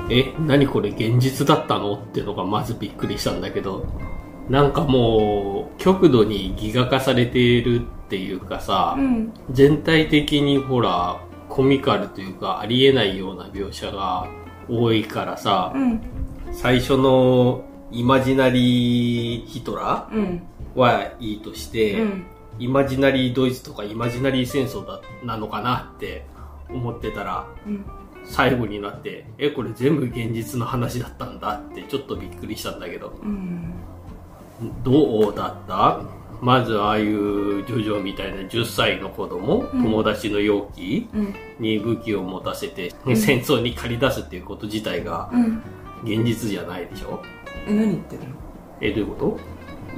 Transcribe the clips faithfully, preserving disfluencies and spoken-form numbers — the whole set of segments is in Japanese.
え、何これ現実だったのっていうのがまずびっくりしたんだけど、なんかもう極度にギガ化されているっていうかさ、うん、全体的にほらコミカルというかありえないような描写が多いからさ、うん、最初のイマジナリーヒトラーはいいとして、うん、イマジナリードイツとかイマジナリー戦争だなのかなって思ってたら、うん、最後になってえこれ全部現実の話だったんだってちょっとびっくりしたんだけど、うん、どうだった？まずああいうジョジョみたいなじゅっさいの子供、うん、友達の容器に武器を持たせて、うん、戦争に駆り出すっていうこと自体が現実じゃないでしょ。 え、何言ってるの？ え、どういうこと？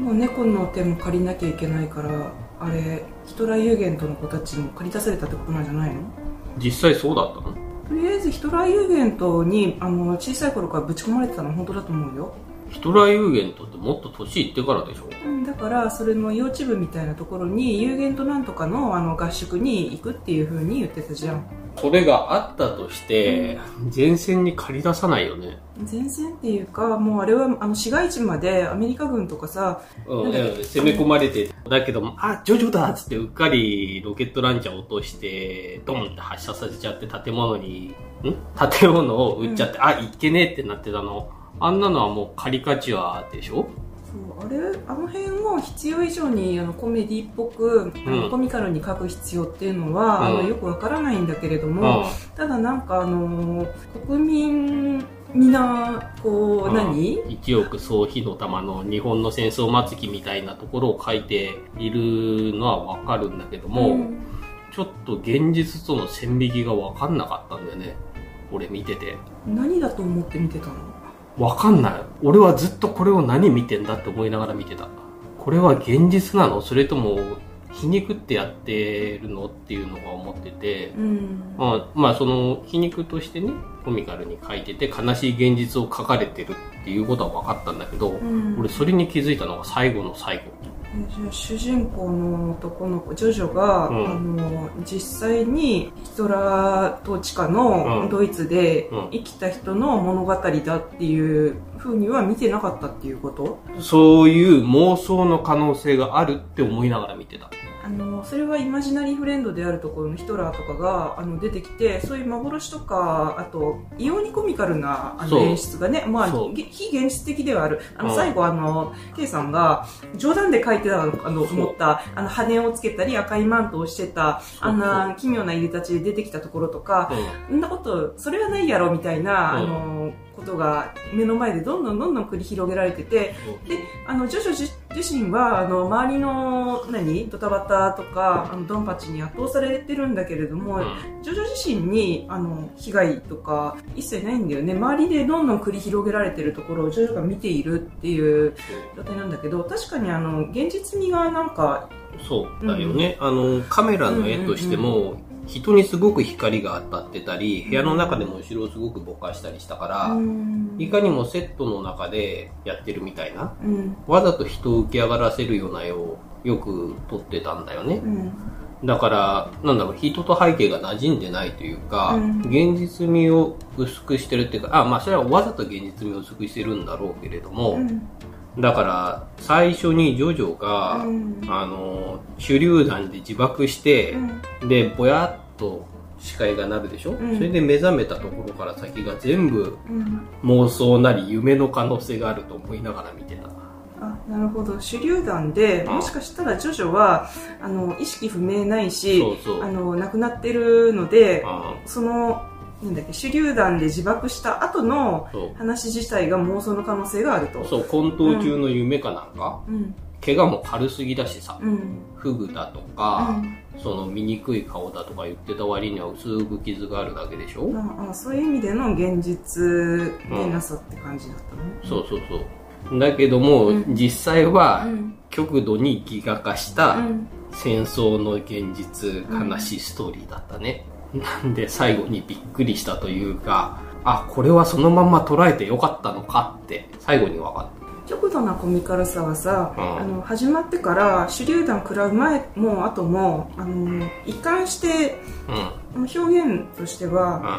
もう猫の手も借りなきゃいけないから、あれヒトラーユーゲントの子たちも借り出されたってことなんじゃないの？ 実際そうだったの？ とりあえずヒトラーユーゲントにあの小さい頃からぶち込まれてたのは本当だと思うよ。 ヒトラーユーゲントってもっと年いってからでしょ。 うん、だからそれの幼稚部みたいなところにユーゲントなんとか の, あの合宿に行くっていう風に言ってたじゃん。 それがあったとして、うん、前線に駆り出さないよね。 前線っていうかもうあれはあの市街地までアメリカ軍とかさ、 うん、攻め込まれて、だけどもあジョジョだっつってうっかりロケットランチャー落としてドンって発射させちゃって建物にん建物を撃っちゃって、うん、あいけねえってなってたの。あんなのはもうカリカチュアでしょ。 そうあれあの辺を必要以上にあのコメディっぽく、うん、コミカルに描く必要っていうのは、うん、あのよくわからないんだけれども、うん、ただなんかあの国民みんなこう、うん、何いちおく総火の玉の日本の戦争末期みたいなところを書いているのはわかるんだけども、うん、ちょっと現実との線引きがわかんなかったんだよね俺見てて。 何だと思って見てたの？ わかんない。俺はずっとこれを何見てんだって思いながら見てた。これは現実なの？それとも皮肉ってやってるのっていうのが思ってて、うん、まあ、まあその皮肉としてねコミカルに書いてて悲しい現実を書かれてるっていうことは分かったんだけど、うん、俺それに気づいたのが最後の最後。 じゃあ主人公の男の子ジョジョが、うん、あの実際にヒトラー統治下のドイツで生きた人の物語だっていうふうには見てなかったっていうこと？ そういう妄想の可能性があるって思いながら見てた。 あのそれはイマジナリーフレンドであるところのヒトラーとかがあの出てきて、そういう幻とかあと異様にコミカルなあの演出がね、まあ非現実的ではある。あの最後あの K さんが冗談で書いてたのかと思ったあの羽をつけたり赤いマントをしてたあんな奇妙ないでたちで出てきたところとか、そんなことそれはないやろみたいな、うん、あのことが目の前でどんどんどんどん繰り広げられてて、であのジョジョ自身はあの周りの何ドタバタとかあのドンパチに圧倒されてるんだけれども、うん、ジョジョ自身にあの被害とか一切ないんだよね。周りでどんどん繰り広げられてるところをジョジョが見ているっていう状態なんだけど、確かにあの現実味がなんかそうだよね、うん、あのカメラの絵としても、うんうんうん、人にすごく光が当たってたり部屋の中でも後ろをすごくぼかしたりしたから、うん、いかにもセットの中でやってるみたいな、うん、わざと人を浮き上がらせるような絵をよく撮ってたんだよね、うん、だからなんだろう人と背景が馴染んでないというか、うん、現実味を薄くしてるっていうかあまあそれはわざと現実味を薄くしてるんだろうけれども、うんだから最初にジョジョが、うん、あの手榴弾で自爆して、うん、でぼやっと視界がなるでしょ、うん、それで目覚めたところから先が全部、うん、妄想なり夢の可能性があると思いながら見てた。 あなるほど手榴弾でもしかしたらジョジョはあの意識不明ないしそうそうあの亡くなってるのでそのなんだっけ手榴弾で自爆した後の話自体が妄想の可能性があると。 そう混沌中の夢かなんか、うん、怪我も軽すぎだしさ、うん、フグだとか、うん、その醜い顔だとか言ってた割には薄く傷があるだけでしょ。 ああそういう意味での現実でなさって感じだったのね、 うん、そうそうそうだけども、うん、実際は極度にギガ化した戦争の現実、悲しいストーリーだったね。なんで最後にびっくりしたというかあこれはそのまんま捉えてよかったのかって最後に分かった。 極度なコミカルさはさ、うん、あの始まってから手榴弾食らう前も後もあの一貫して、うん、表現としては、うん、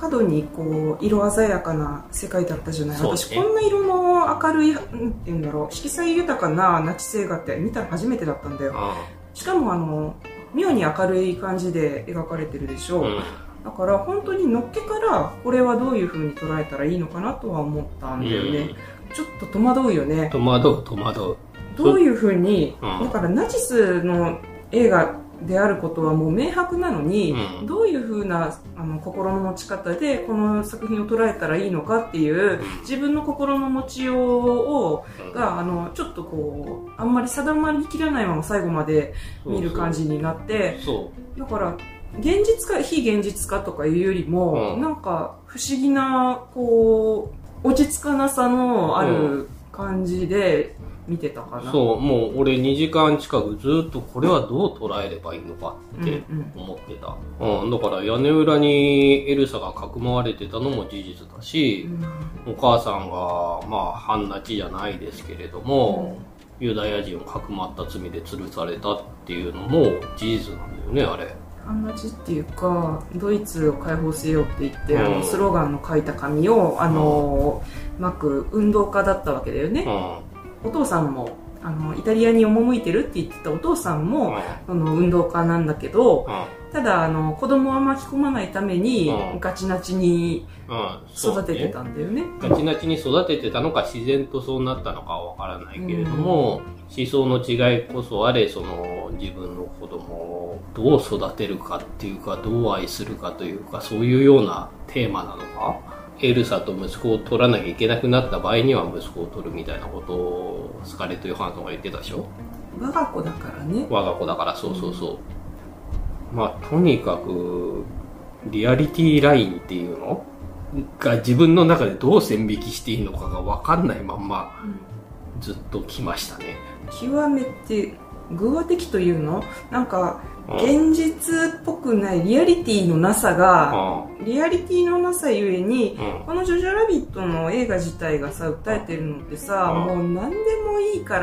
過度にこう色鮮やかな世界だったじゃない、ね、私こんな色の明るい、なんていうんだろう、色彩豊かなナチス映画って見たの初めてだったんだよ。しかもあの妙に明るい感じで描かれてるでしょ、うん、だから本当にのっけからこれはどういう風に捉えたらいいのかなとは思ったんだよね、うん、ちょっと戸惑うよね。 戸惑う戸惑う。 どういう風に、うん、だからナチスの映画であることはもう明白なのに、うん、どういう風なあの心の持ち方でこの作品を捉えたらいいのかっていう、うん、自分の心の持ちようを、うん、があのちょっとこうあんまり定まりきらないまま最後まで見る感じになって、そうだから現実か非現実かとかいうよりも、うん、なんか不思議なこう落ち着かなさのある感じで見てたかな。 そう、もう俺にじかん近くずっとこれはどう捉えればいいのかって思ってた、うん、うん、だから屋根裏にエルサがかくまわれてたのも事実だし、うん、お母さんがまあ半ナチじゃないですけれども、うん、ユダヤ人をかくまった罪で吊るされたっていうのも事実なんだよね、あれ。 半ナチっていうかドイツを解放せよって言って、うん、あのスローガンの書いた紙をあの、うん、巻く運動家だったわけだよね、うん、お父さんもあのイタリアに赴いてるって言ってたお父さんも、うん、の運動家なんだけど、うん、ただあの子供は巻き込まないために、うん、ガチナチに育ててたんだよね、 うん、ガチナチに育ててたのか自然とそうなったのかはわからないけれども、うん、思想の違いこそあれ、その自分の子供をどう育てるかっていうかどう愛するかというか、そういうようなテーマなのか。エルサと息子を取らなきゃいけなくなった場合には息子を取るみたいなことをスカーレット・ヨハンソンが言ってたでしょ。 我が子だからね。 我が子だから、そうそうそう、うん、まあとにかくリアリティラインっていうのが自分の中でどう線引きしていいのかが分かんないまんまずっと来ましたね、 うん、極めて偶話的というのなんか現実っぽくないリアリティのなさが、うん、リアリティのなさゆえに、うん、このジョジョラビットの映画自体がさ訴えてるのってさ、うん、もう何でもいいから、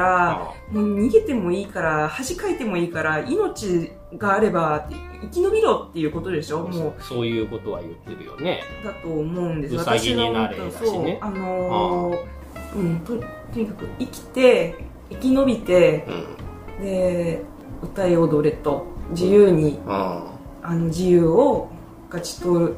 うん、もう逃げてもいいから恥かいてもいいから命があれば生き延びろっていうことでしょ。もうそういうことは言ってるよね。 だと思うんです。 ウサギになれだしね。 あのーうん、と, とにかく生きて生き延びて、うん、で歌い踊れと自由に、うん、あの自由を勝ち取って、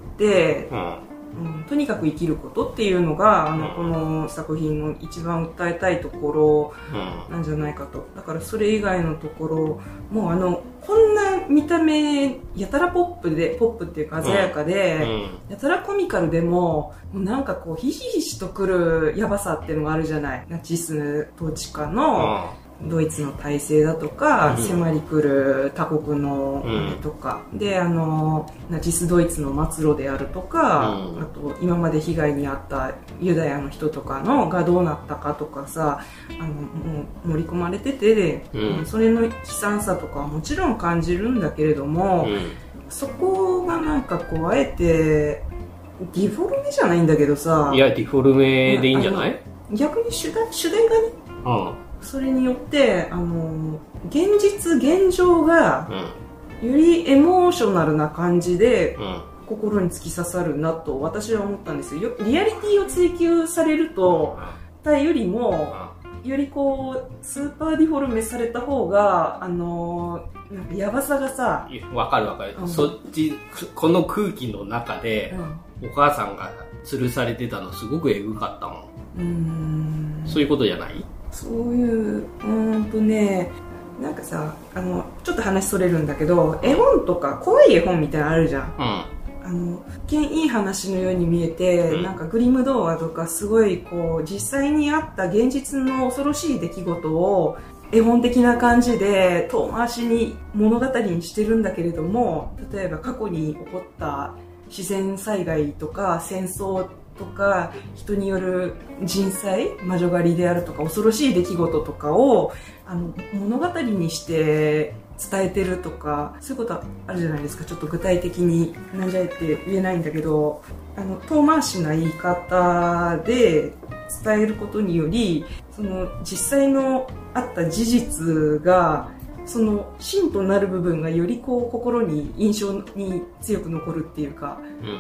うんうん、とにかく生きることっていうのがあの、うん、この作品の一番訴えたいところなんじゃないかと。だからそれ以外のところもうあのこんな見た目やたらポップでポップっていうか鮮やかで、うん、やたらコミカルでももうなんかこうひしひしとくるヤバさっていうのがあるじゃない。ナチス統治下の、うんドイツの体制だとか、うん、迫り来る他国のとか、うん、であのナチスドイツの末路であるとか、うん、あと今まで被害に遭ったユダヤの人とかのがどうなったかとかさあのもう盛り込まれてて、うん、それの悲惨さとかはもちろん感じるんだけれども、うん、そこがなんかこうあえてディフォルメじゃないんだけどさ、 いやディフォルメでいいんじゃない？ 逆に主題、主題がね、うんそれによってあの現実現状がよりエモーショナルな感じで、うん、心に突き刺さるなと私は思ったんですよ。リアリティを追求されるとたよりもよりこうスーパーディフォルメされた方があのなんかヤバさがさわかるわかる、うん、そっちこの空気の中で、うん、お母さんが吊るされてたのすごくエグかったもん。うーんそういうことじゃない？ そういううーんとねなんかさあのちょっと話それるんだけど絵本とか怖い絵本みたいなのあるじゃん、うん、あの一見いい話のように見えて、うん、なんかグリム童話とかすごいこう実際にあった現実の恐ろしい出来事を絵本的な感じで遠回しに物語にしてるんだけれども例えば過去に起こった自然災害とか戦争とか人による人災魔女狩りであるとか恐ろしい出来事とかをあの物語にして伝えてるとかそういうことあるじゃないですか。ちょっと具体的になんじゃいって言えないんだけどあの遠回しな言い方で伝えることによりその実際のあった事実がその芯となる部分がよりこう心に印象に強く残るっていうか、うん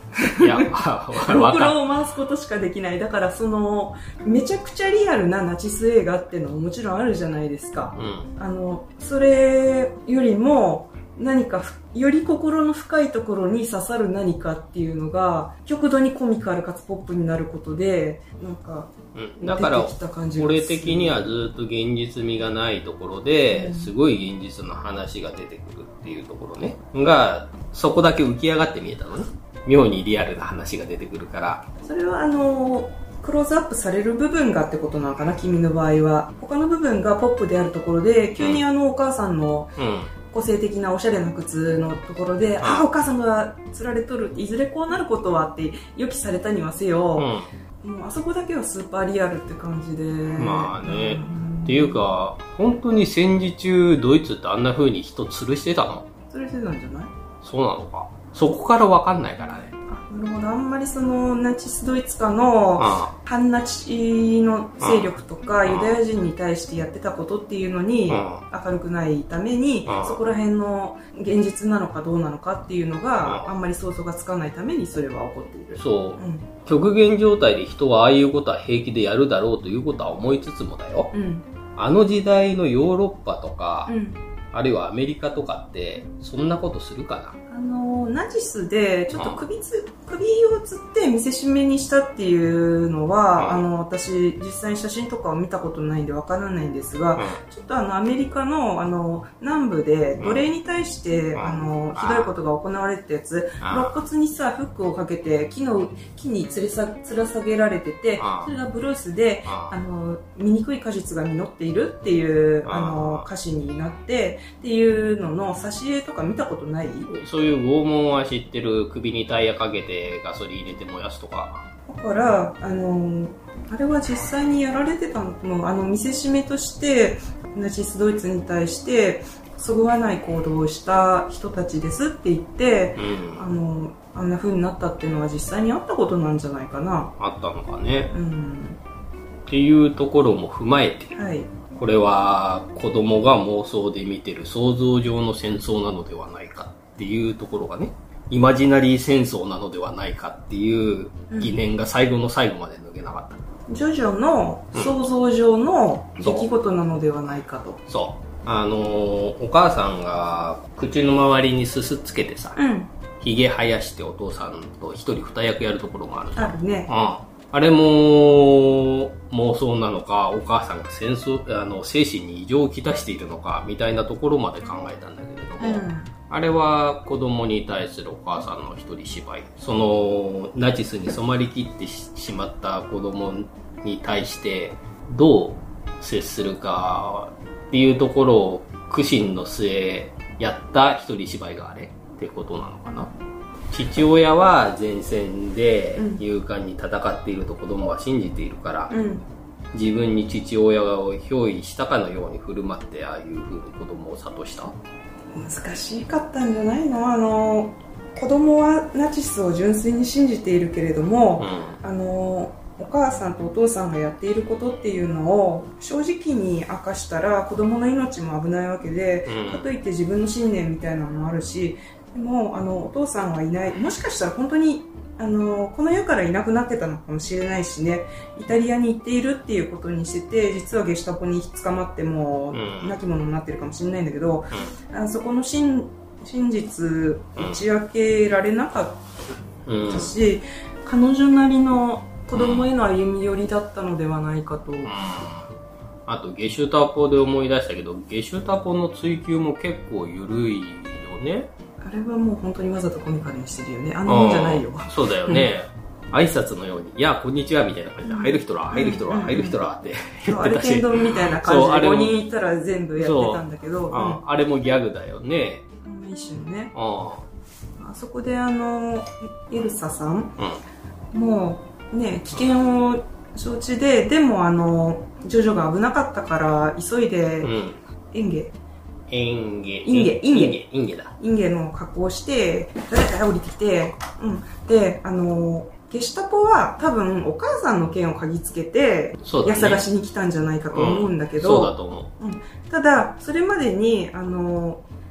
いや、 ゴクロを回すことしかできない。だからその、めちゃくちゃリアルなナチス映画っていうのももちろんあるじゃないですか。うん、あの、それよりも、何かより心の深いところに刺さる何かっていうのが極度にコミカルかつポップになることでなんかだから俺的にはずっと現実味がないところですごい現実の話が出てくるっていうところねがそこだけ浮き上がって見えたのね。妙にリアルな話が出てくるから。 それはあのクローズアップされる部分がってことなのかな、君の場合は。他の部分がポップであるところで急にあのお母さんの、うん個性的なおしゃれな靴のところで、うん、ああお母さんが釣られとるっていずれこうなることはって予期されたにはせよ、うん、もうあそこだけはスーパーリアルって感じで。 まあね、うん、っていうか本当に戦時中ドイツってあんな風に人吊るしてたの？ 吊るしてたんじゃない？ そうなのか。そこから分かんないからね。 なるほど。あんまりそのナチスドイツ化の反ナチの勢力とかユダヤ人に対してやってたことっていうのに明るくないためにそこら辺の現実なのかどうなのかっていうのがあんまり想像がつかないためにそれは起こっている。 そう、うん、極限状態で人はああいうことは平気でやるだろうということは思いつつもだよ、うん、あの時代のヨーロッパとか、うん、あるいはアメリカとかってそんなことするかな。 あのナチスでちょっと首つ、首をつって見せしめにしたっていうのは、あの私実際に写真とかを見たことないんでわからないんですが、ちょっとあのアメリカのあの南部で奴隷に対してあのひどいことが行われてたやつ、肋骨にさフックをかけて木の木につれさつら下げられてて、それがブルースであの醜い果実が実っているっていうあの歌詞になってっていうのの挿絵とか見たことない？ そういう拷問は知ってる。首にタイヤかけてガソリン入れて燃やすとか。 だからあのあれは実際にやられてたのもあの見せしめとしてナチスドイツに対してそぐわない行動をした人たちですって言って、うん、あのあんな風になったっていうのは実際にあったことなんじゃないかな。 あったのかね、うん、っていうところも踏まえて、はい、これは子供が妄想で見てる想像上の戦争なのではないかっていうところがね、イマジナリー戦争なのではないかっていう疑念が最後の最後まで抜けなかった、 うん、ジョジョの想像上の出来事なのではないかと、 うん、そうあのー、お母さんが口の周りにすすつけてさ、うん、ひげ生やしてお父さんと一人二役やるところがあるじゃん。 あるね、 うんあれも妄想なのかお母さんが戦争あの精神に異常をきたしているのかみたいなところまで考えたんだけれども、うん、あれは子供に対するお母さんの一人芝居、そのナチスに染まりきってしまった子供に対してどう接するかっていうところを苦心の末やった一人芝居があれってことなのかな。父親は前線で勇敢に戦っていると子供は信じているから、うん、自分に父親を憑依したかのように振る舞ってああいう風に子供を諭した。 難しかったんじゃないの。あの子供はナチスを純粋に信じているけれども、うん、あのお母さんとお父さんがやっていることっていうのを正直に明かしたら子供の命も危ないわけで、うん、かといって自分の信念みたいなのもあるし、でもあのお父さんはいない、もしかしたら本当にあのこの世からいなくなってたのかもしれないしね、イタリアに行っているっていうことにしてて実はゲシュタポに捕まっても亡き者になってるかもしれないんだけど、うん、あそこの真、真実打ち明けられなかったし、うん、彼女なりの子供への歩み寄りだったのではないかと、うん、 あとゲシュタポで思い出したけどゲシュタポの追求も結構緩いよね。 あれはもう本当にわざとコミカルにしてるよね。あんなもんじゃないよ。 そうだよね。挨拶のように、いや、こんにちはみたいな感じで、入る人ら、入る人ら、入る人らって言ってたし。 あれ天丼みたいな感じでごにんいたら全部やってたんだけど。 あ, あれもギャグだよね。 一種ね。ああそこであの、エルサさん、うん、もうね、危険を承知で、でもあの、ジョジョが危なかったから急いで、うん、演芸。 インゲ、 インゲ、インゲ、 インゲだ。 インゲの格好をして、誰か降りてきて、うん。で、あの、ゲシュタポは多分お母さんの剣を嗅ぎつけて、や探しに来たんじゃないかと思うんだけど、 そうだと思う。 うん。ただ、それまでに、あの、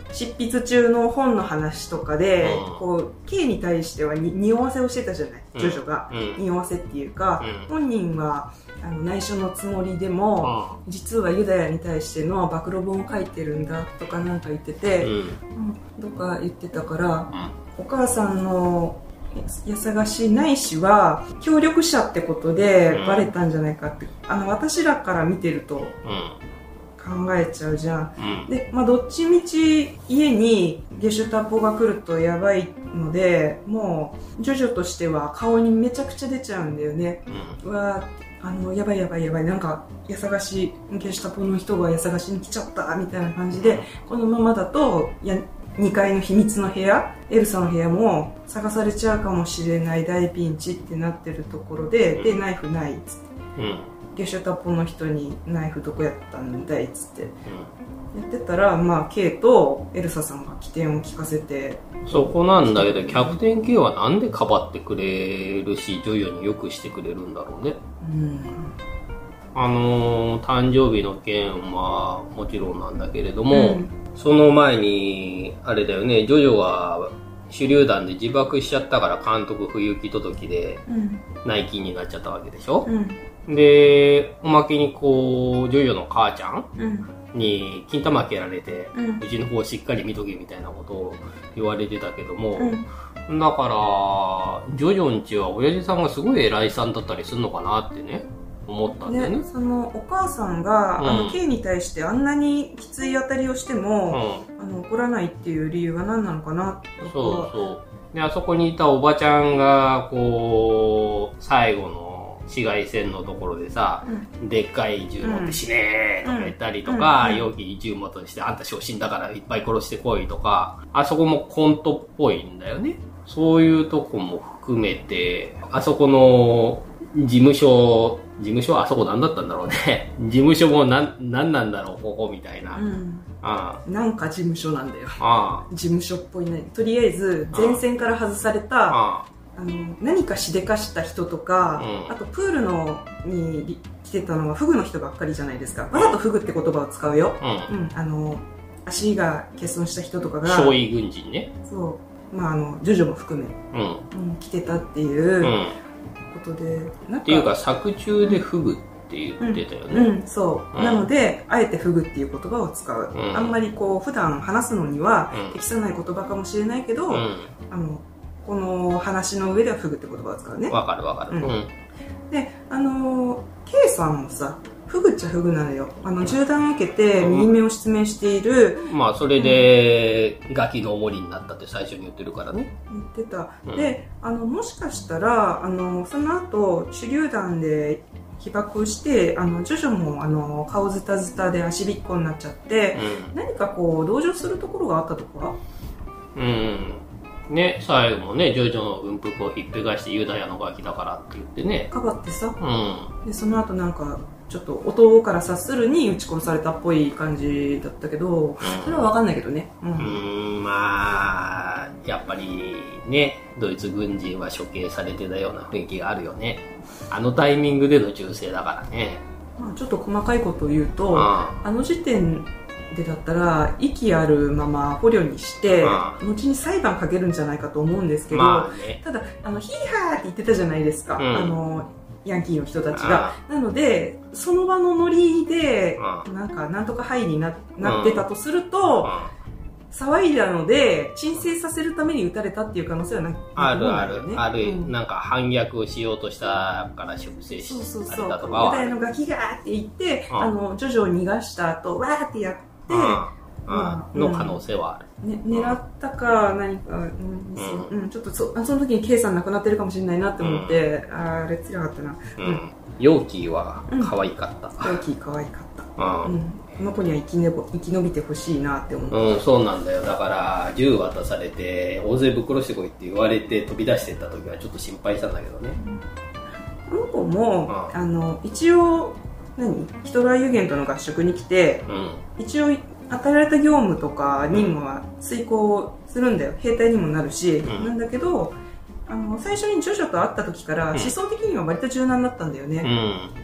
執筆中の本の話とかで、 うん、 こう K に対してはに匂わせをしてたじゃない、ジョジョが、うん、匂わせっていうか、うん、本人はあの内緒のつもりでも、うん、実はユダヤに対しての暴露本を書いてるんだとかなんか言ってて、うんうん、とか言ってたから、うん、お母さんのやさがしないしは協力者ってことでバレたんじゃないかって、うん、あの私らから見てると、うん考えちゃうじゃん、うん、で、まあ、どっちみち家にゲシュタポが来るとやばいので、もうジョジョとしては顔にめちゃくちゃ出ちゃうんだよね、うん、うわあのやばいやばいやばい、なんかやさがしゲシュタポの人がやさがしに来ちゃったみたいな感じで、うん、このままだとやにかいの秘密の部屋、エルサの部屋も探されちゃうかもしれない大ピンチってなってるところで、うん、でナイフないっつって、うんゲシュタポの人にナイフどこやったんだいっつって、うん、やってたら、まあ、K とエルサさんが起点を聞かせて、 そこなんだけどキャプテン K はなんでかばってくれるしジョジョによくしてくれるんだろうね、うん、あのー、誕生日の件はもちろんなんだけれども、うん、その前にあれだよね、ジョジョは手榴弾で自爆しちゃったから監督不行き届きで内勤になっちゃったわけでしょ、うんで、おまけにこう、ジョジョの母ちゃんに金玉蹴られて、うん、うちの方しっかり見とけみたいなことを言われてたけども、うん、だから、ジョジョんちは親父さんがすごい偉いさんだったりするのかなってね、思ったんだよね。 ね、そのお母さんが、うん、あの K に対してあんなにきつい当たりをしても、うん、あの怒らないっていう理由は何なのかなとか。 そうそう。で、あそこにいたおばちゃんが、こう、最後の、紫外線のところでさ、うん、でっかい銃持って死ねーとか言ったりとか、うんうん、容器に銃持ってしてあんた昇進だからいっぱい殺してこいとか、あそこもコントっぽいんだよね。そういうとこも含めて、あそこの事務所、事務所はあそこ何だったんだろうね。事務所も何、何なんだろう、ここみたいな。うんああなんか事務所なんだよ。ああ事務所っぽいね。とりあえず前線から外された、あああの何かしでかした人とか、うん、あとプールのに来てたのはフグの人ばっかりじゃないですか。わざとフグって言葉を使うよ、うんうん、あの足が欠損した人とかが少尉軍人ね、 そうまああのジョジョも含め、うんうん、来てたっていうことで、うん、なんかっていうか作中でフグって言ってたよね、 うんうん、そう、うん、なのであえてフグっていう言葉を使う、うん、あんまりこう普段話すのには適さない言葉かもしれないけど、うん、あのこの話の上ではフグって言葉を使うね。 わかるわかる、うんうん、 であの K さんもさフグっちゃフグなのよ。あの銃弾を受けて右目を失明している、 うん、まあそれで、うん、ガキの重りになったって最初に言ってるからね。 言ってた、うん、であのもしかしたらあのその後手榴弾で被爆してあのジョジョもあの顔ズタズタで足びっこになっちゃって、うん、何かこう同情するところがあったとかうんね、最後もね、ジョジョの軍服をひっぺがしてユダヤのガキだからって言ってね。 かばってさ、うん、でその後なんか、ちょっと音から察するに撃ち殺されたっぽい感じだったけど、うん、それは分かんないけどね。うん、うーん、まあ、やっぱりね、ドイツ軍人は処刑されてたような雰囲気があるよね。あのタイミングでの銃声だからね。 まあ、ちょっと細かいことを言うと、うん、あの時点でだったら息あるまま捕虜にして、うん、後に裁判かけるんじゃないかと思うんですけど、まあね、ただあのヒーハーって言ってたじゃないですか、うん、あのヤンキーの人たちが、うん、なのでその場のノリで、うん、なんかなんとかハイに な, なってたとすると、うん、騒いだので鎮静させるために撃たれたっていう可能性はなく、ね、 あるあるある、うん、なんか反逆をしようとしたから粛清しされたとかは、 ユダヤのガキがーって言って、うん、あのジョジョを逃がした後わーってやっての可能性はある、 ね、狙ったか何か、うんうんうん、ちょっと そ, その時に K さん亡くなってるかもしれないなって思って、うん、あ, あれつらかったな、うんうん、 ヨーキーは可愛かった、 うん、ヨーキー可愛かった、うんうん、この子には生き, ねぼ生き延びてほしいなって思って、 うん、そうなんだよ。だから銃渡されて大勢ぶっ殺してこいって言われて飛び出してった時はちょっと心配したんだけどね、 うん、この子も、うん、あの一応何ヒトラーユーゲントの合宿に来て、うん、一応与えられた業務とか任務は遂行するんだよ。兵隊にもなるし、うん、なんだけどあの最初にジョジョと会った時から、うん、思想的には割と柔軟だったんだよね、うん、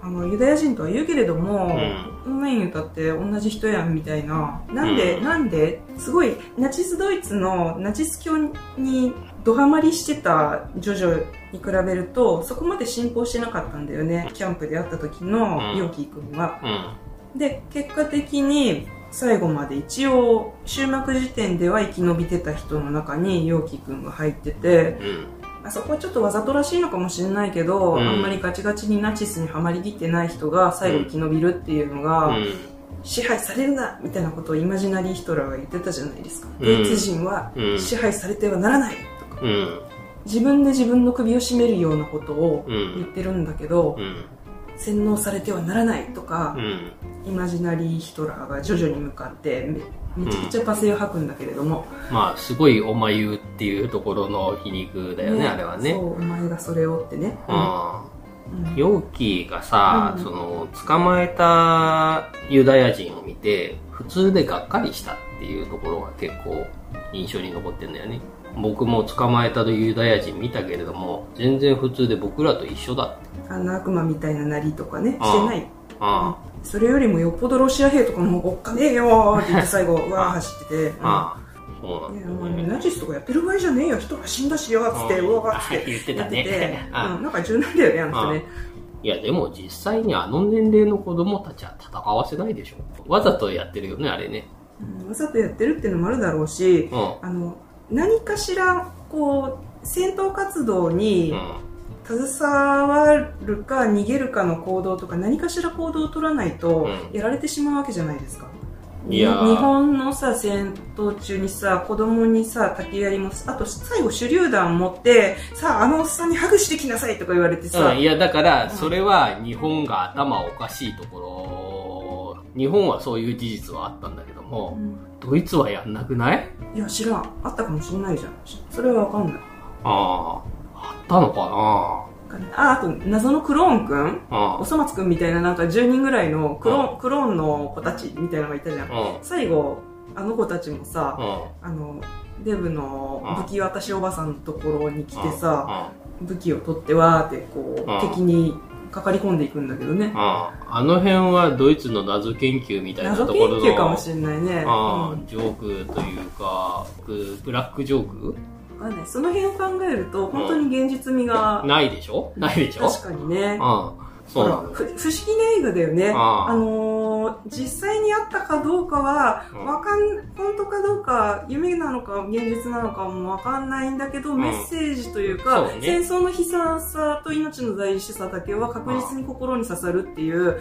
あのユダヤ人とは言うけれども、うん、メイン歌って同じ人やんみたいな、なんで、うん、なんですごいナチスドイツのナチス教にドハマりしてたジョジョに比べるとそこまで信仰してなかったんだよね、キャンプで会った時のヨキ君は、うん、で結果的に最後まで一応終幕時点では生き延びてた人の中にヨキ君が入ってて、うん、あそこはちょっとわざとらしいのかもしれないけど、うん、あんまりガチガチにナチスにはまりきってない人が最後生き延びるっていうのが、うん、支配されるなみたいなことをイマジナリーヒトラーが言ってたじゃないですか、うん、ドイツ人は支配されてはならないとか、うん、自分で自分の首を絞めるようなことを言ってるんだけど、うんうん、洗脳されてはならないとか、うん、イマジナリーヒトラーが徐々に向かってめちゃくちゃ罵声を吐くんだけれども、 うん、まあすごいお前言うっていうところの皮肉だよね、ね、あれはね。 そうお前がそれをってね、 うんうん、ヨキがさ、うん、その捕まえたユダヤ人を見て普通でがっかりしたっていうところが結構印象に残ってるんだよね。僕も捕まえたユダヤ人見たけれども全然普通で僕らと一緒だって。 あんな悪魔みたいななりとかねしてない。ああ、それよりもよっぽどロシア兵とかの方がおっかねえよーって言って最後わー走ってて、ああ、そうなんだ、ね、ナチスとかやってる場合じゃねえよ、人が死んだしよっつってうわーって言ってたね。 うん、なんか柔軟だよねあの人ね。 いやでも実際にあの年齢の子供たちは戦わせないでしょ。わざとやってるよねあれね、 うん、わざとやってるっていうのもあるだろうし、うん、あの何かしらこう戦闘活動に、うん、携わるか逃げるかの行動とか何かしら行動を取らないとやられてしまうわけじゃないですか、うん、いや日本のさ戦闘中にさ子供にさ竹槍もあと最後手榴弾持ってさああのおっさんにハグしてきなさいとか言われてさ、 うん、いやだからそれは日本が頭おかしいところ、日本はそういう事実はあったんだけども、うん、ドイツはやんなくない？ いや知らん、あったかもしれないじゃん、それはわかんない。 ああ、あったのかなあ。あと謎のクローンくん、おそ松くんみたいななんかじゅうにんぐらいのクローン、クローンの子たちみたいなのがいたじゃん。最後あの子たちもさ、あのデブの武器渡しおばさんのところに来てさ、武器を取ってわーってこう敵にかかり込んでいくんだけどね。 ああ、あの辺はドイツの謎研究みたいなところの謎研究かもしれないね。 あ、うん、ジョークというかブラックジョーク、 わかんない。その辺を考えると本当に現実味が、 うん、ないでしょ、ないでしょ。 確かにね。 ああ、そうなの。 不思議な映画だよね。あ、あのー、実際にあったかどうかはわかん、うん、本当かどうか夢なのか現実なのかもわかんないんだけど、うん、メッセージというか、ね、戦争の悲惨さと命の大事さだけは確実に心に刺さるっていう、うん、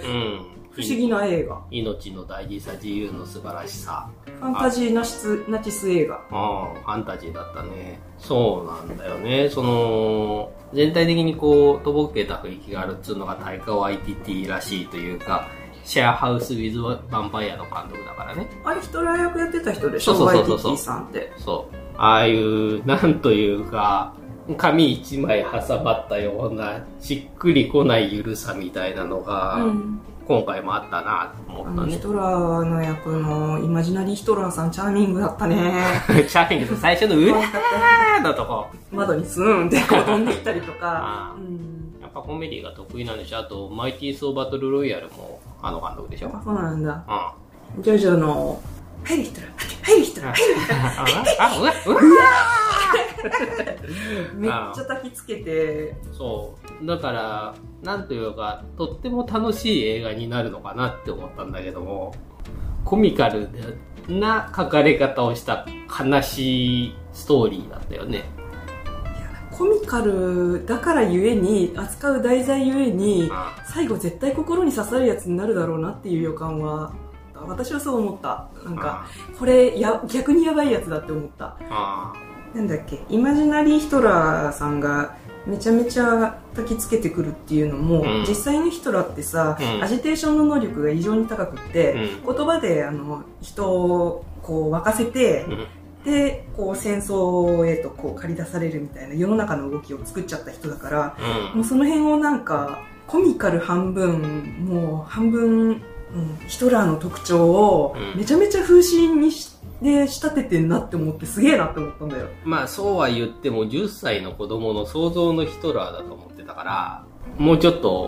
不思議な映画。 命の大事さ、自由の素晴らしさ。 ファンタジーナチス、ナチス映画。 ああ、ファンタジーだったね。そうなんだよね。その、全体的にこう、とぼけた雰囲気があるっつうのがタイカワイティティらしいというか、シェアハウス・ウィズ・ヴァンパイアの監督だからね。 あれヒトラー役やってた人でしょ、ワイティティさんって。 そう。ああいう、なんというか、紙一枚挟まったような、しっくりこないゆるさみたいなのが、うん、今回もあったなと思ったね。 ヒトラーの役のイマジナリーヒトラーさんチャーミングだったね。 チャーミングと最初のうわーのとこ。 窓にスーンってこう飛んでいったりとか。 うん、やっぱコメディが得意なんでしょ。あと、マイティーソーバトルロイヤルもあの監督でしょ。 あ、そうなんだ。うん。ジョジョの、入るヒトラー、入るヒトラー、入るヒトラー。あ、うわ、うわめっちゃ焚きつけて。 そう。だから、なんというか、とっても楽しい映画になるのかなって思ったんだけども、コミカルな書かれ方をした悲しいストーリーだったよね。 コミカルだからゆえに、扱う題材ゆえに、最後絶対心に刺さるやつになるだろうなっていう予感は、私はそう思った。なんか、これや、逆にやばいやつだって思った。なんだっけ、イマジナリーヒトラーさんがめちゃめちゃ焚きつけてくるっていうのも、うん、実際のヒトラーってさ、うん、アジテーションの能力が異常に高くって、うん、言葉であの人をこう沸かせて、うん、でこう戦争へとこう駆り出されるみたいな世の中の動きを作っちゃった人だから、うん、もうその辺をなんかコミカル半分もう半分、うん、ヒトラーの特徴をめちゃめちゃ風刺にしてで仕立ててんなって思ってすげえなって思ったんだよ。 まあそうは言ってもじゅっさいの子供の想像のヒトラーだと思ってたから、もうちょっと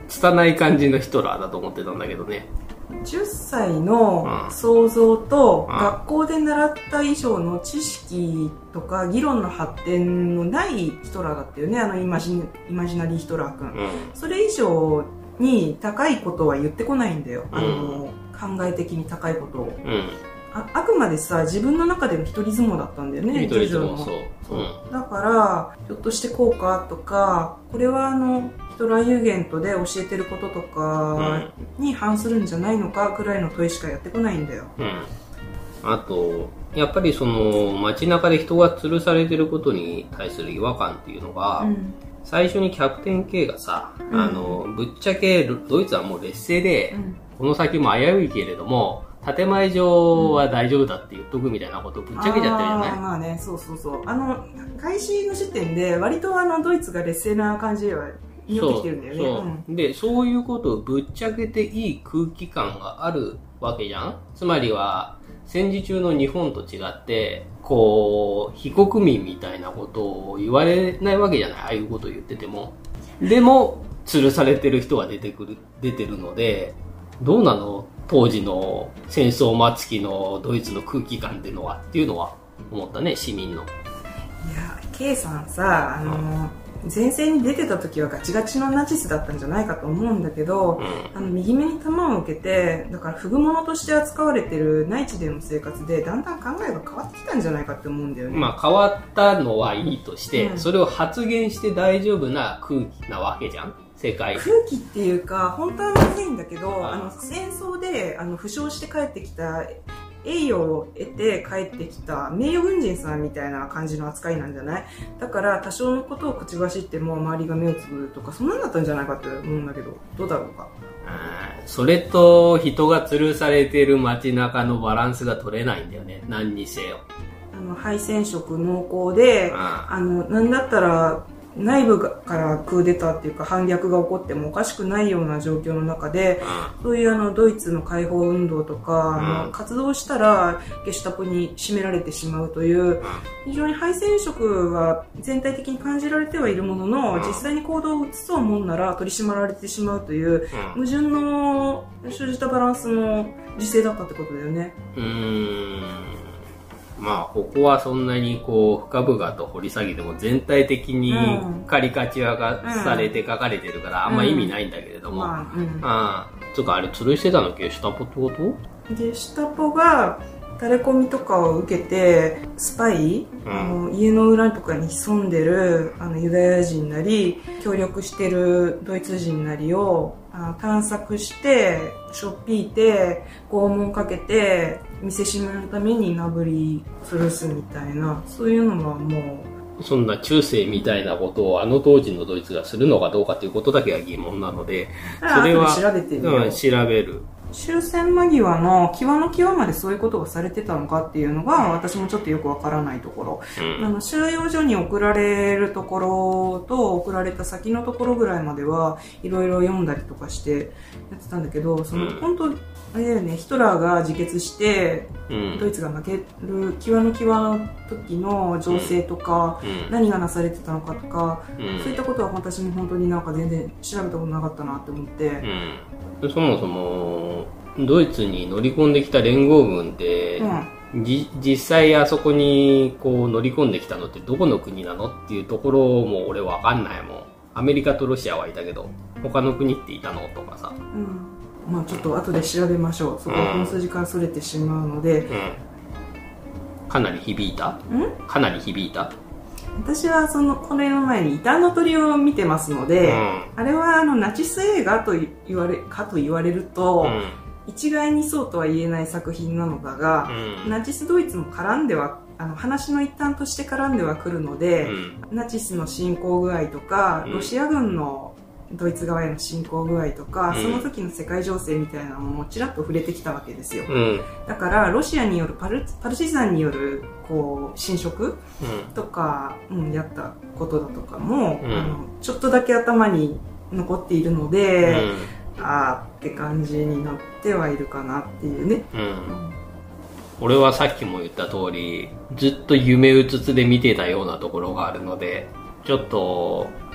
拙い感じのヒトラーだと思ってたんだけどね。 じゅっさいの想像と学校で習った以上の知識とか議論の発展のないヒトラーだったよね、あのイマジ、イマジナリーヒトラー君、うん、それ以上に高いことは言ってこないんだよ、あの、うん、考え的に高いことを、うん、あ, あくまでさ自分の中での一人相撲だったんだよね、 一人相撲、そう、 そう、だからひょっとしてこうかとか、これはあのヒトラーユーゲントで教えてることとかに反するんじゃないのかくらいの問いしかやってこないんだよ、うん、 あとやっぱりその街中で人が吊るされてることに対する違和感っていうのが、うん、最初にキャプテン K がさ、うん、あのぶっちゃけドイツはもう劣勢で、うん、この先も危ういけれども建前上は大丈夫だって言っとくみたいなことをぶっちゃけちゃってるじゃない、 あまあね、そうそうそう、あの開始の時点で割とあのドイツが劣勢な感じでは見ってきてるんだよね。そうそう、うん、でそういうことをぶっちゃけていい空気感があるわけじゃん。つまりは戦時中の日本と違ってこう非国民みたいなことを言われないわけじゃない、ああいうことを言ってても。でも吊るされてる人が出てくる出てるので、どうなの当時の戦争末期のドイツの空気感っていうのはっていうのは思ったね、市民の。いや K さんさ、あの、うん前線に出てた時はガチガチのナチスだったんじゃないかと思うんだけど、うん、あの右目に弾を受けてだから不具物として扱われてる内地での生活でだんだん考えが変わってきたんじゃないかって思うんだよね。 まあ変わったのはいいとして、うん、それを発言して大丈夫な空気なわけじゃん、世界空気っていうか本当はまずいんだけど、ああの戦争であの負傷して帰ってきた栄誉を得て帰ってきた名誉軍人さんみたいな感じの扱いなんじゃない？だから多少のことを口走っても周りが目をつぶるとかそんなんだったんじゃないかって思うんだけど、どうだろうか。 それと人が吊るされている街中のバランスが取れないんだよね、何にせよ。 あの敗戦色濃厚で、ああのなんだったら内部からクーデターっていうか反逆が起こってもおかしくないような状況の中で、うん、そういうあのドイツの解放運動とか、うん、あの活動したらゲシュタポに締められてしまうという、うん、非常に敗戦色が全体的に感じられてはいるものの、うん、実際に行動を移そうもんなら取り締まられてしまうという、うん、矛盾の生じたバランスの時勢だったってことだよね。 うーん、まあここはそんなにこう深々と掘り下げても全体的にカリカチュアがされて書かれてるからあんま意味ないんだけれども、ああ、つうかあれ吊るしてたのゲシュタポってこと？ ゲシュタポがタレコミとかを受けてスパイ、うん、あの家の裏とかに潜んでるあのユダヤ人なり協力してるドイツ人なりをあ探索してしょっぴいて拷問かけて見せしめるためになぶり吊るすみたいな、そういうのはもうそんな中世みたいなことをあの当時のドイツがするのかどうかということだけが疑問なので、 それは調べてみよう。 うん、調べる。 終戦間際の際の際までそういうことがされてたのかっていうのが私もちょっとよくわからないところ、うん、あの収容所に送られるところと送られた先のところぐらいまではいろいろ読んだりとかしてやってたんだけど、その、うん、本当あれだよね、ヒトラーが自決して、うん、ドイツが負ける際の際の時の情勢とか、うん、何がなされてたのかとか、うん、そういったことは私も本当になんか全然調べたことなかったなって思って、 うん、そもそもドイツに乗り込んできた連合軍って、うん、じ実際あそこにこう乗り込んできたのってどこの国なのっていうところも俺わかんないもん。アメリカとロシアはいたけど他の国っていたのとかさ、 うん、まあちょっと後で調べましょう。そこはこの数時間それてしまうので、うんうん、かなり響いた？かなり響いた？ 私はそのこれの前に異端の鳥を見てますので、うん、あれはあのナチス映画と言われかと言われると、うん、一概にそうとは言えない作品なのだが、うん、ナチスドイツも絡んではあの話の一端として絡んではくるので、うん、ナチスの侵攻具合とか、うん、ロシア軍のドイツ側への侵攻具合とか、うん、その時の世界情勢みたいなのもちらっと触れてきたわけですよ、うん、だからロシアによるパル、パルチザンによるこう侵食とか、うんうん、やったことだとかも、うん、あのちょっとだけ頭に残っているので、うん、あーって感じになってはいるかなっていうね、うんうん、 俺はさっきも言った通りずっと夢うつつで見てたようなところがあるので、ちょっと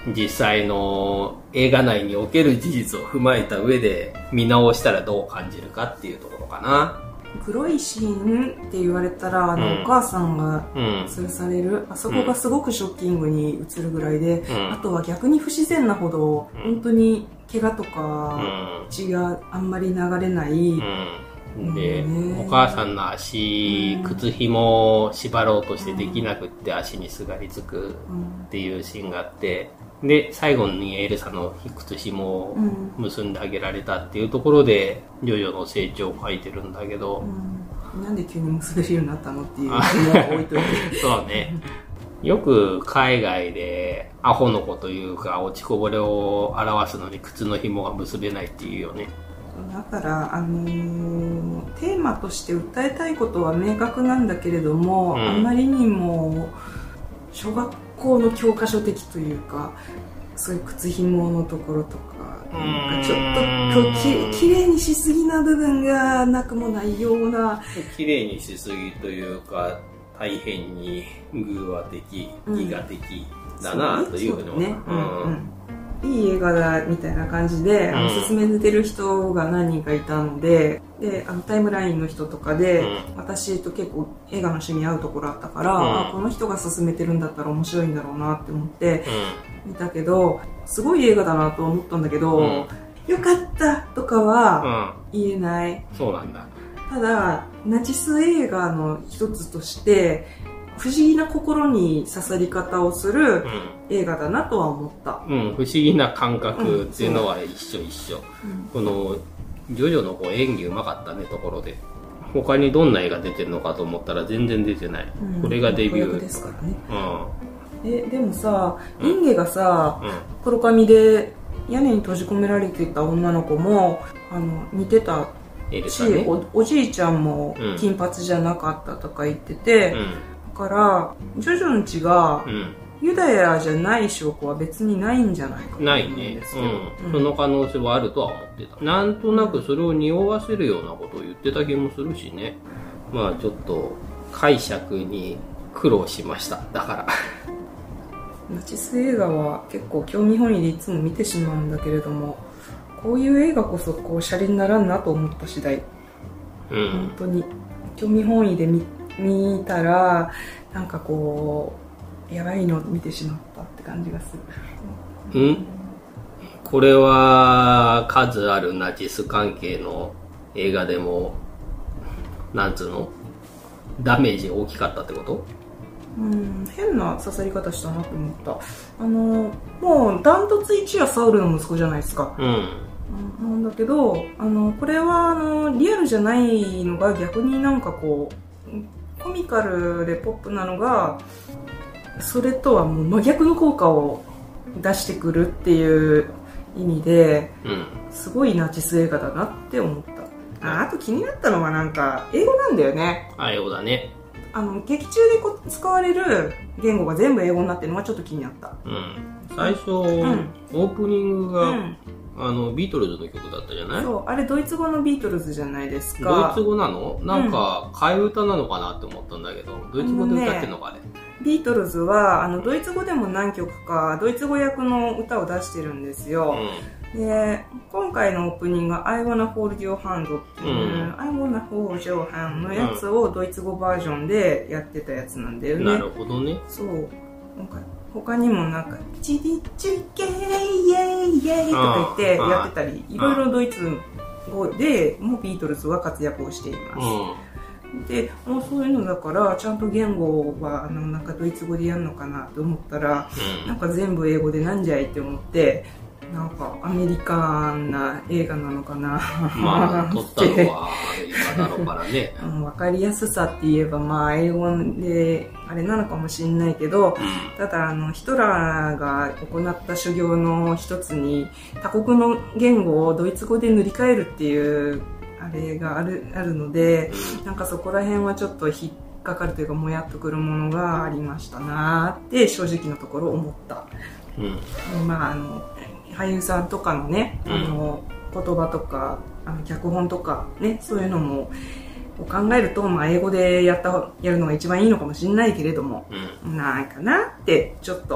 実際の映画内における事実を踏まえた上で見直したらどう感じるかっていうところかな。 黒いシーンって言われたら、あの、うん、お母さんが吊るされる、うん、あそこがすごくショッキングに映るぐらいで、うん、あとは逆に不自然なほど、うん、本当に怪我とか血があんまり流れない、 うん、で、お母さんの足、うん、靴紐を縛ろうとしてできなくって足にすがりつくっていうシーンがあって、で最後にエルサの靴紐を結んであげられたっていうところで、うん、ジョジョの成長を書いてるんだけど、 うん、なんで急に結べるようになったのっていうのを置いといてそうね、よく海外でアホの子というか落ちこぼれを表すのに靴の紐が結べないっていうよね。 だから、あのー、テーマとして訴えたいことは明確なんだけれども、うん、あまりにも小学校の教科書的というか、そういう靴紐のところとか、なんかちょっとききれいにしすぎな部分がなくもないような。 きれいにしすぎというか、大変に偶話的、戯画的だなというふうに思う。 いい映画だみたいな感じで、うん、あの勧めてる人が何人かいたので、であのタイムラインの人とかで、うん、私と結構映画の趣味合うところあったから、うん、あこの人が勧めてるんだったら面白いんだろうなって思って見たけど、すごい映画だなと思ったんだけど、うん、よかったとかは言えない、 うん、そうなんだ。 ただナチス映画の一つとして不思議な心に刺さり方をする映画だなとは思った、 うん、うん、不思議な感覚っていうのは一緒一緒、うん、このジョジョの子演技うまかったねところで、他にどんな映画出てるのかと思ったら全然出てない、うん、これがデビューですからね、うん、えでもさ、インゲがさ、うん、黒髪で屋根に閉じ込められていた女の子もあの似てたし、ね、お, おじいちゃんも金髪じゃなかったとか言ってて、うんだからジョジョの血がユダヤじゃない証拠は別にないんじゃないかな、ないね、うん、その可能性はあるとは思ってた。なんとなくそれを匂わせるようなことを言ってた気もするしね。まあちょっと解釈に苦労しました。だからナチス映画は結構興味本位でいつも見てしまうんだけれども、こういう映画こそこうシャレにならんなと思った次第、うん、本当に興味本位で見見たらなんかこうやばいの見てしまったって感じがする。うん、これは数あるナチス関係の映画でもなんつうのダメージ大きかったってこと？ うん、変な刺さり方したなと思った。あのもうダントツいちはサウルの息子じゃないですか。うん、なんだけどあのこれはあのリアルじゃないのが逆になんかこうコミカルでポップなのがそれとはもう真逆の効果を出してくるっていう意味で、うん、すごいナチス映画だなって思った。 あ, あと気になったのはなんか英語なんだよね。 あ、英語だね。 あの劇中でこ使われる言語が全部英語になってるのがちょっと気になった、 うん、最初、うん、オープニングが、うんあのビートルズの曲だったじゃない？ そうあれドイツ語のビートルズじゃないですか。 ドイツ語なの？なんか替え歌なのかなって思ったんだけど、うん、ドイツ語で歌ってんのかあれ、ね、 ビートルズはあのドイツ語でも何曲かドイツ語訳の歌を出してるんですよ、うん、で今回のオープニングが I wanna hold your hand っていう、うん、I wanna hold your hand のやつをドイツ語バージョンでやってたやつなんだよね、うん、 なるほどね。 そうなんか他にもなんか「チリチケイイエイイエイ」とか言ってやってたり、いろいろドイツ語でもビートルズは活躍をしています、うん、でもうそういうのだからちゃんと言語はあのなんかドイツ語でやるのかなと思ったら、うん、なんか全部英語でなんじゃいって思って、なんかアメリカンな映画なのかな。 まあ撮ったのはアメリカだろうからね、 うん、分かりやすさって言えばまあ英語であれなのかもしれないけど、ただあのヒトラーが行った修行の一つに他国の言語をドイツ語で塗り替えるっていうあれがある、あるので、なんかそこら辺はちょっと引っかかるというかもやっとくるものがありましたなって正直なところ思った、うん、まああの俳優さんとかのね、あの言葉とかあの脚本とかね、そういうのも考えると、まあ、英語でやったやるのが一番いいのかもしれないけれども、うん、なんかなってちょっと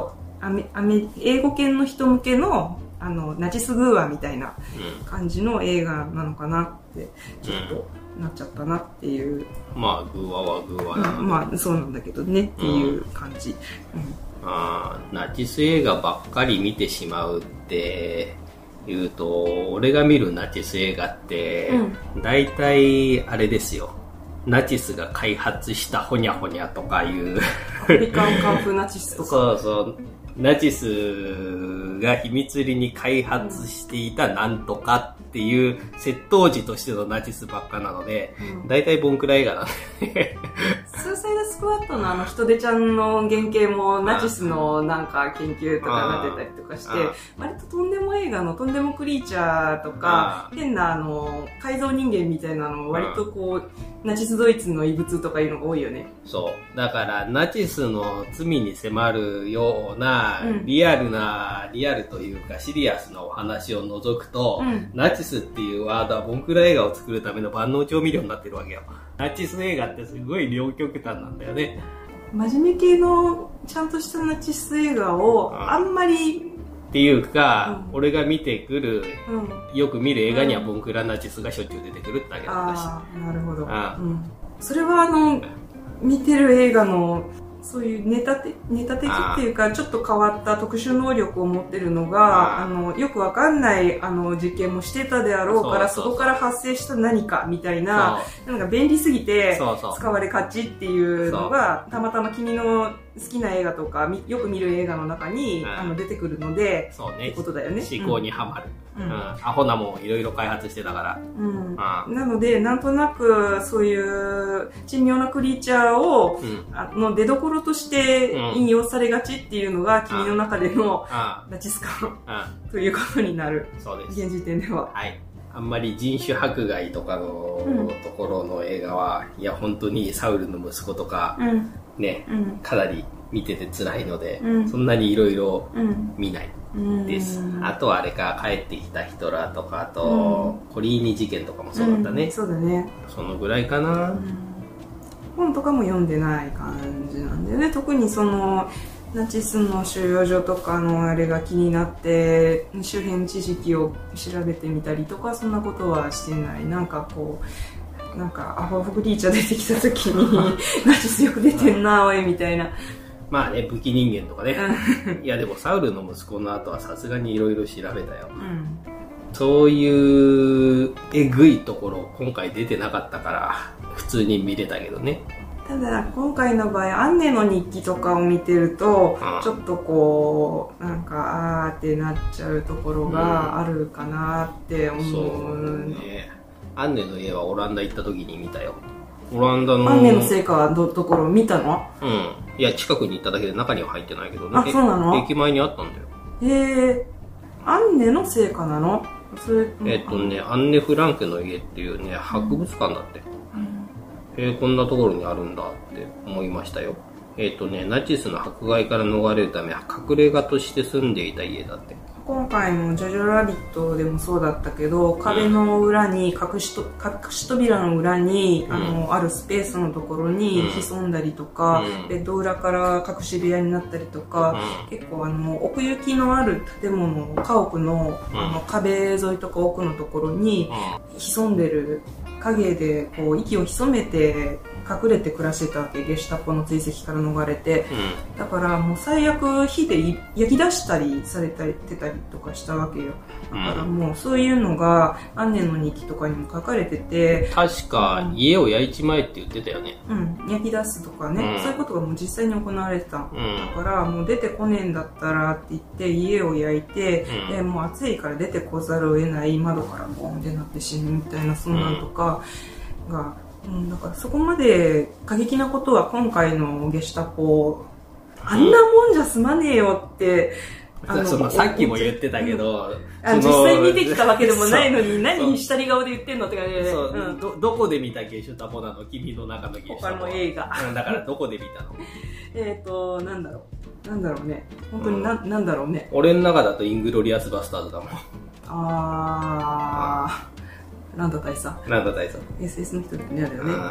アメアメ英語圏の人向けのあのナチスグーアみたいな感じの映画なのかなってちょっとなっちゃったなっていう、 うん、まあグーアはグーアな、 うん、まあそうなんだけどねっていう感じ、うんうん、 あナチス映画ばっかり見てしまうっていうと俺が見るナチス映画って大体、うん、あれですよ、ナチスが開発したホニャホニャとかいうアフリカンカンフーナチスとかそうそうナチスが秘密裏に開発していたなんとかっていう窃盗時としてのナチスばっかなので、うん、大体ボンクラ映画なんでスーサイドスクワットのあのヒトデちゃんの原型もナチスのなんか研究とかなってたりとかして、割ととんでも映画のとんでもクリーチャーとか変なあの改造人間みたいなの割とこうナチスドイツの遺物とかいうのが多いよね。 そうだからナチスの罪に迫るようなリアルな、うん、リアルというかシリアスなお話を除くと、うん、ナチスっていうワードはボンクラ映画を作るための万能調味料になってるわけよ。ナチス映画ってすごい両極端なんだよね。 真面目系のちゃんとしたナチス映画をあんまり、うん、 っていうか、うん、俺が見てくる、うん、よく見る映画にはボンクラナチスがしょっちゅう出てくるってだけだったし。 ああ、なるほど。うん、それはあの見てる映画のそういうネタてネタ的っていうかちょっと変わった特殊能力を持ってるのが、あのよくわかんないあの実験もしてたであろうから、そこから発生した何かみたいな、なんか便利すぎて使われがちっていうのがたまたま君の好きな映画とかよく見る映画の中に、うん、あの出てくるので、 そうね、 ってことだよね。 思考にはまる、うんうん、アホなもんいろいろ開発してたから、 うん、なのでなんとなくそういう珍妙なクリーチャーを、うん、あの出所として引用されがちっていうのが、君の中でのナチス感ということになる。 そうです。 現時点では。 はい。あんまり人種迫害とかのところの映画は、うん、いや本当にサウルの息子とか、うん、ね、うん、かなり見てて辛いので、うん、そんなにいろいろ見ないです、うん、あとはあれか、帰ってきたヒトラーとか、あと、うん、コリーニ事件とかもそうだったね、うん、 そうだね、 そのぐらいかな、うん、 本とかも読んでない感じなんだよね。特にそのナチスの収容所とかのあれが気になって周辺知識を調べてみたりとか、そんなことはしてない。なんかこうなんかアホフクリーチャー出てきた時にナチスよく出てんなおいみたいな。 まあね、武器人間とかねいやでもサウルの息子の後はさすがにいろいろ調べたよ、うん、そういうえぐいところ今回出てなかったから普通に見れたけどね。 ただ今回の場合アンネの日記とかを見てると、うん、ちょっとこうなんかあーってなっちゃうところがあるかなって思う、うん、そうね。 アンネの家はオランダ行った時に見たよ。オランダのアンネの成果はどところ見たの？ うん。いや近くに行っただけで中には入ってないけどね。 あ、そうなの？ 駅前にあったんだよ。 へえ。アンネの成果なの？それえっとね、アンネ・フランケの家っていうね博物館だって。うん、へえ、こんなところにあるんだって思いましたよ。えっとね、ナチスの迫害から逃れるため隠れ家として住んでいた家だって。 今回のジョジョラビットでもそうだったけど、壁の裏に隠しと隠し扉の裏に、うん、あのあるスペースのところに潜んだりとか、うん、ベッド裏から隠し部屋になったりとか、うん、結構あの奥行きのある建物の家屋の、うん、あの壁沿いとか奥のところに潜んでる影でこう息を潜めて隠れて暮らしてたわけ。ゲシュタポの追跡から逃れて、うん、だからもう最悪火で焼き出したりされたりてたりとかしたわけよ。だからもうそういうのがアンネの日記とかにも書かれてて、 確か家を焼いちまえって言ってたよね。 うん、焼き出すとかね、うん、そういうことがもう実際に行われてた、うん、だからもう出てこねえんだったらって言って家を焼いて、うん、でもう暑いから出てこざるを得ない、窓からボンってなって死ぬみたいな、そんなんとかが、うん、だからそこまで過激なことは今回のゲシュタポあんなもんじゃ済まねえよって、 あのそのさっきも言ってたけど、うん、 あ実際見てきたわけでもないのに何下り顔で言ってんのって感じで、 そう、うん、ど, どこで見たゲシュタポなの？君の中のゲシュタポ。 他の映画、 うん、だからどこで見たの？ えっとなんだろうなんだろうね本当にな、うん、なんだろうね。 俺の中だとイングロリアスバスターズだもん。 あー、ランダ大佐。 ランダ大佐。 エスエス の人だよね、あれよね。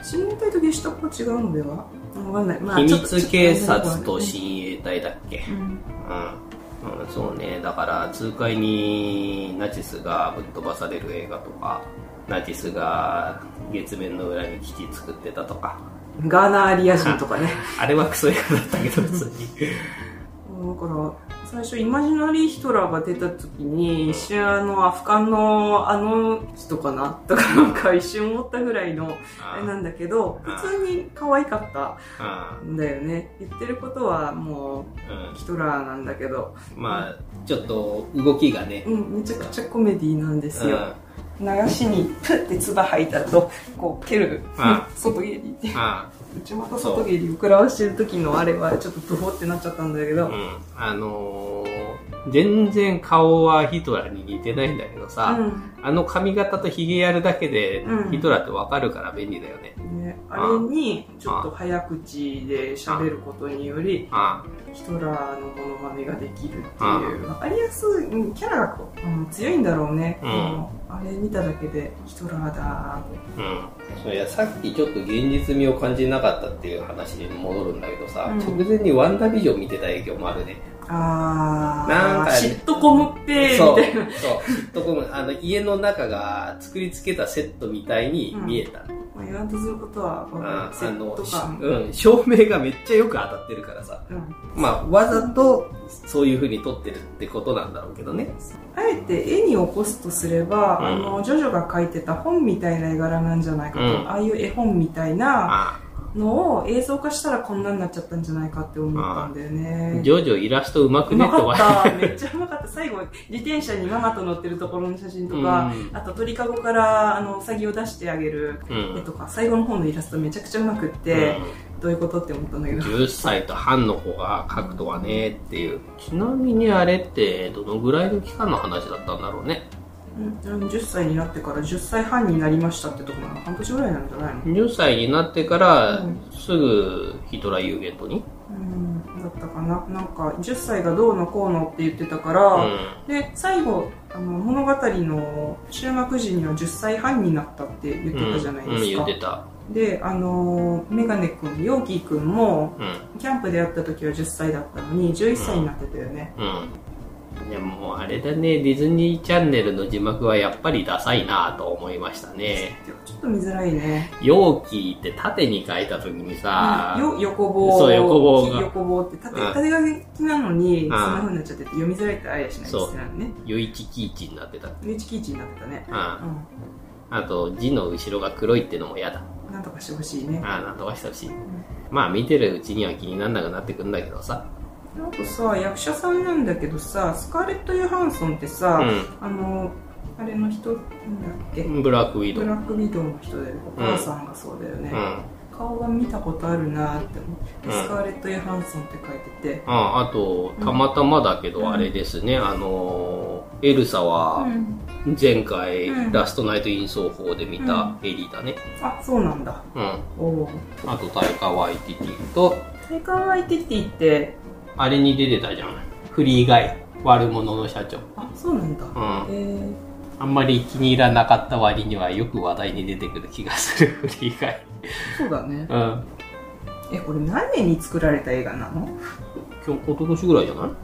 親衛隊とゲシュタポは違うのでは？わかんない。まあ、 秘密警察と親衛隊だっけ？うん、うんうん、そうね。だから痛快にナチスがぶっ飛ばされる映画とか、ナチスが月面の裏に基地作ってたとか、 ガーナアリア人とかね。 あれはクソ映画だったけど普通に。 だから最初イマジナリーヒトラーが出た時に一瞬あのアフガンのあの人かなとかなんか一瞬思ったぐらいのあれなんだけど、普通に可愛かったんだよね。言ってることはもうヒトラーなんだけど、 まあちょっと動きがね、 うん、めちゃくちゃコメディなんですよ。流しにプッて唾吐いたとこう蹴る外蹴りって内股外蹴りを食らわしてる時のあれはちょっとブホってなっちゃったんだけど、うん、 あのー、全然顔はヒトラーに似てないんだけどさ、うん、あの髪型とヒゲやるだけでヒトラーってわかるから便利だよね。 うん、ね、あれにちょっと早口で喋ることによりヒトラーのモノマネができるっていうわかりやすいキャラがこう、うん、強いんだろうね。うん、あれ見ただけでヒトラーだーと。 うん、それやさっきちょっと現実味を感じなかったっていう話に戻るんだけどさ、うん、直前にワンダービジョン見てた影響もあるね。 あー、なんかシットコムってみたいな。 そう、そうシットコム、あの家の中が作り付けたセットみたいに見えた。うん、 まあ、言わんとすることはあセット感、うん、照明がめっちゃよく当たってるからさ、うん、まあわざとそういう風に撮ってるってことなんだろうけどね。 あえて絵に起こすとすれば、うん、あのジョジョが描いてた本みたいな絵柄なんじゃないかと、うん、ああいう絵本みたいなのを映像化したらこんなになっちゃったんじゃないかって思ったんだよね。 ジョジョイラストうまくねって思った。めっちゃうまかった。最後自転車にママと乗ってるところの写真とか、うん、あと鳥かごからあのウサギを出してあげる絵とか、うん、最後の方のイラストめちゃくちゃうまくって、うん、どういうことって思ったんだけど、 じゅっさいと半の子が描くとはねっていう。ちなみにあれってどのぐらいの期間の話だったんだろうね。 うん、じゅっさいになってからじゅっさいはんになりましたってとこなの。半年ぐらいなんじゃないの？ じゅっさいになってからすぐヒトラー有限とに、 うん、だったかな。なんかじゅっさいがどうのこうのって言ってたから、うん、で最後あの物語の終幕時にはじゅっさいはんになったって言ってたじゃないですか。うんうん、 言ってた。 で、あのメガネ君、ヨーキー君も、うん、キャンプで会った時はじゅっさいだったのにじゅういっさいになってたよね。うん、うんでもあれだね、ディズニーチャンネルの字幕はやっぱりダサいなと思いましたね。 ちょっと見づらいね。 容器って縦に書いた時にさ、 うん、よ横棒、 そう横棒が横棒って縦、うん、縦書きなのに、うん、そんな風になっちゃってて読みづらいってあやしないですよね。 よいちキーチになってた。よいちキーチになってたね。 うん。うん、あと字の後ろが黒いってのも嫌だ。 なんとかしてほしいね。 ああ、なんとかしてほしい。うん、まあ見てるうちには気にならなくなってくんだけどさ。 あとさ、役者さんなんだけどさ、スカーレット・ヨハンソンってさ、うん、あのあれの人なんだっけ、 ブラックウィドウ。 ブラックウィドウの人で、お母さんがそうだよね。うん、顔が見たことあるなって思って、うん、スカーレット・ヨハンソンって書いてて、 ああとたまたまだけど、うん、あれですね、あのエルサは前回、うん、ラストナイト・イン奏法で見たエリーだね。 うん、あ、そうなんだ。 うん。おあとタイカ・ワイティティと、 タイカ・ワイティティってあれに出てたじゃん、フリーガイ、悪者の社長。 あ、そうなんだ。うん、 へえ。あんまり気に入らなかった割にはよく話題に出てくる気がする。フリーガイ。 そうだね。うん。え、これ何年に作られた映画なの？ 今日、一昨年ぐらいじゃない？うん。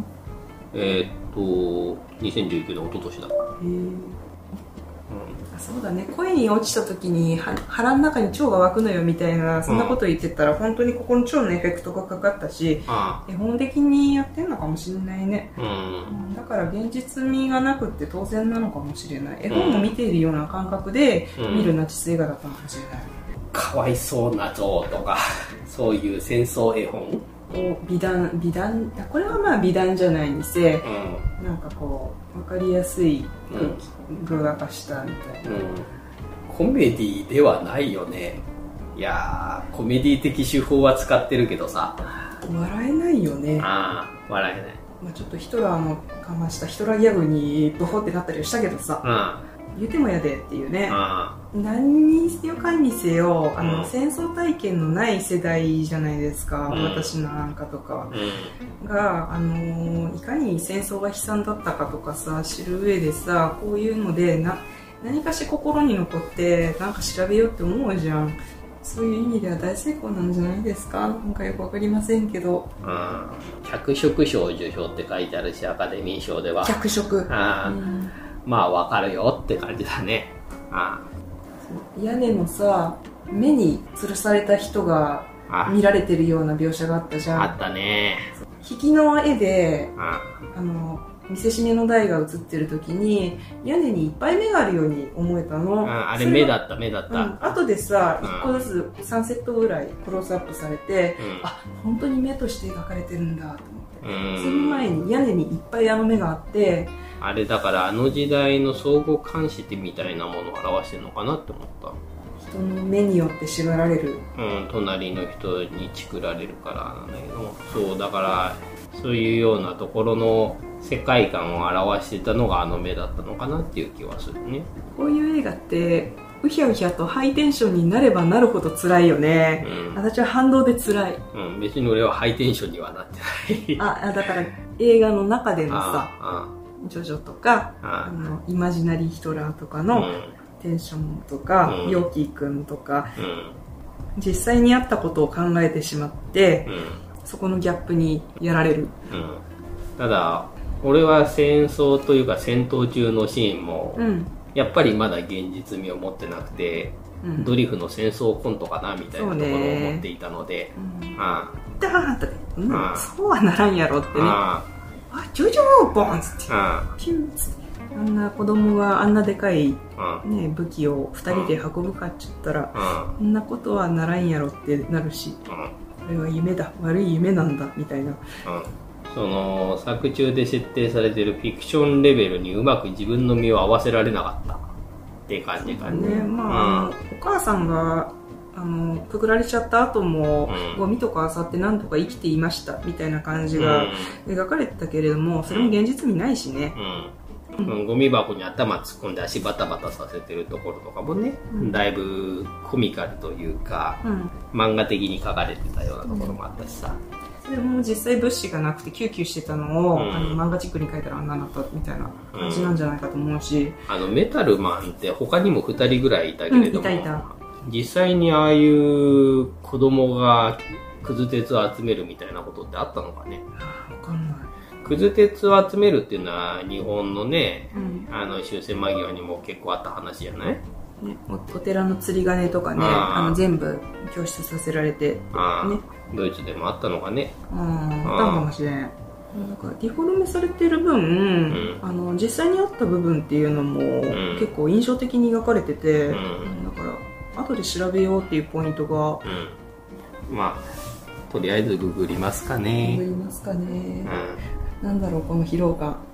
えー、っとにせんじゅうきゅうねん、一昨年だ。へえ。 あ、そうだね。恋に落ちた時に腹の中に腸が湧くのよみたいな、そんなこと言ってたら、うん、本当にここの腸のエフェクトがかかったし、うん、絵本的にやってんのかもしれないね。うん、だから現実味がなくって当然なのかもしれない。絵本を見ているような感覚で見るナチス映画だったのかもしれない。 かわいそうな像とか、そういう戦争絵本美談、美談、これはまあ美談じゃないにせ、うん、なんかこう分かりやすい空気、うん、具化したみたいな、うん、 コメディではないよね。いやー、コメディ的手法は使ってるけどさ、 笑えないよね。 ああ、笑えない。 まあちょっとヒトラーのかましたヒトラーギャグにブホってなったりはしたけどさ、うん、言うてもやでっていうね。うん、何にせよかにせよ、あの、うん、戦争体験のない世代じゃないですか、うん、私なんかとか、うん、が、あのいかに戦争が悲惨だったかとかさ知る上でさ、こういうのでな何かし心に残ってなんか調べようって思うじゃん。そういう意味では大成功なんじゃないですか。なんかよくわかりませんけど、 うん、脚色賞受賞って書いてあるし、アカデミー賞では脚色、 あ、うん、まあわかるよって感じだね。ああ、屋根のさ、目に吊るされた人が見られてるような描写があったじゃん。 あったね。 引きの絵で、ああの見せしめの台が映ってる時に屋根にいっぱい目があるように思えたの。 あ, あれ目だった目だった、うん、 後でさいっこずつさんセットぐらいクローズアップされて、うん、あ、本当に目として描かれてるんだと思って、その前に屋根にいっぱいあの目があって、 あれだからあの時代の相互監視みたいなものを表してるのかなって思った。 人の目によって縛られる、 うん、隣の人にチクられるからなんだけど、そうだからそういうようなところの世界観を表してたのがあの目だったのかなっていう気はするね。 こういう映画ってうひゃうひゃとハイテンションになればなるほど辛いよね、うん、私は反動で辛い、 うん、別に俺はハイテンションにはなってないあ、だから映画の中でのさ、ああジョジョとかああのイマジナリーヒトラーとかのテンションとか、うん、ヨーキーくんとか、うん、実際にあったことを考えてしまって、うん、そこのギャップにやられる、 うん、ただ俺は戦争というか戦闘中のシーンも、うん、やっぱりまだ現実味を持ってなくて、うん、ドリフの戦争コントかなみたいなところを思っていたので、 ダーンとか、うん、そうはならんやろってね、ああジョジョボンっつってピューッつってあんな子供があんなでかい、ね、武器をふたりで運ぶかっちゅったら、そんなことはならんやろってなるし、これは夢だ、悪い夢なんだみたいな、 その作中で設定されているフィクションレベルにうまく自分の身を合わせられなかったって感じかね。 ね、まあ、うん、お母さんがあのくくられちゃった後も、うん、ゴミとか漁って何とか生きていましたみたいな感じが描かれてたけれども、それも現実味ないしね、 うんうん、ゴミ箱に頭突っ込んで足バタバタさせてるところとかもね、うん、だいぶコミカルというか、うん、漫画的に描かれてたようなところもあったしさ、 それも実際物資がなくてキューキューしてたのを、うん、あの漫画チックに書いたらあんなになったみたいな感じなんじゃないかと思うし、 うん、あのメタルマンって他にもふたりぐらいいたけれども、うん、いたいた。実際にああいう子供がくず鉄を集めるみたいなことってあったのかね。 わかんない。 くず鉄を集めるっていうのは日本のね、うん、あの終戦間際にも結構あった話じゃない？ ね、お, お寺の釣り鐘とかね、あの全部教室させられて、ね、 ドイツでもあったのかね。 ああ、あったかもしれん。なんかディフォルメされてる分、うん、あの実際にあった部分っていうのも、うん、結構印象的に描かれてて、うん、だから後で調べようっていうポイントが、 うん、まあとりあえずググりますかね。 ググりますかね、うん、なんだろうこの疲労感。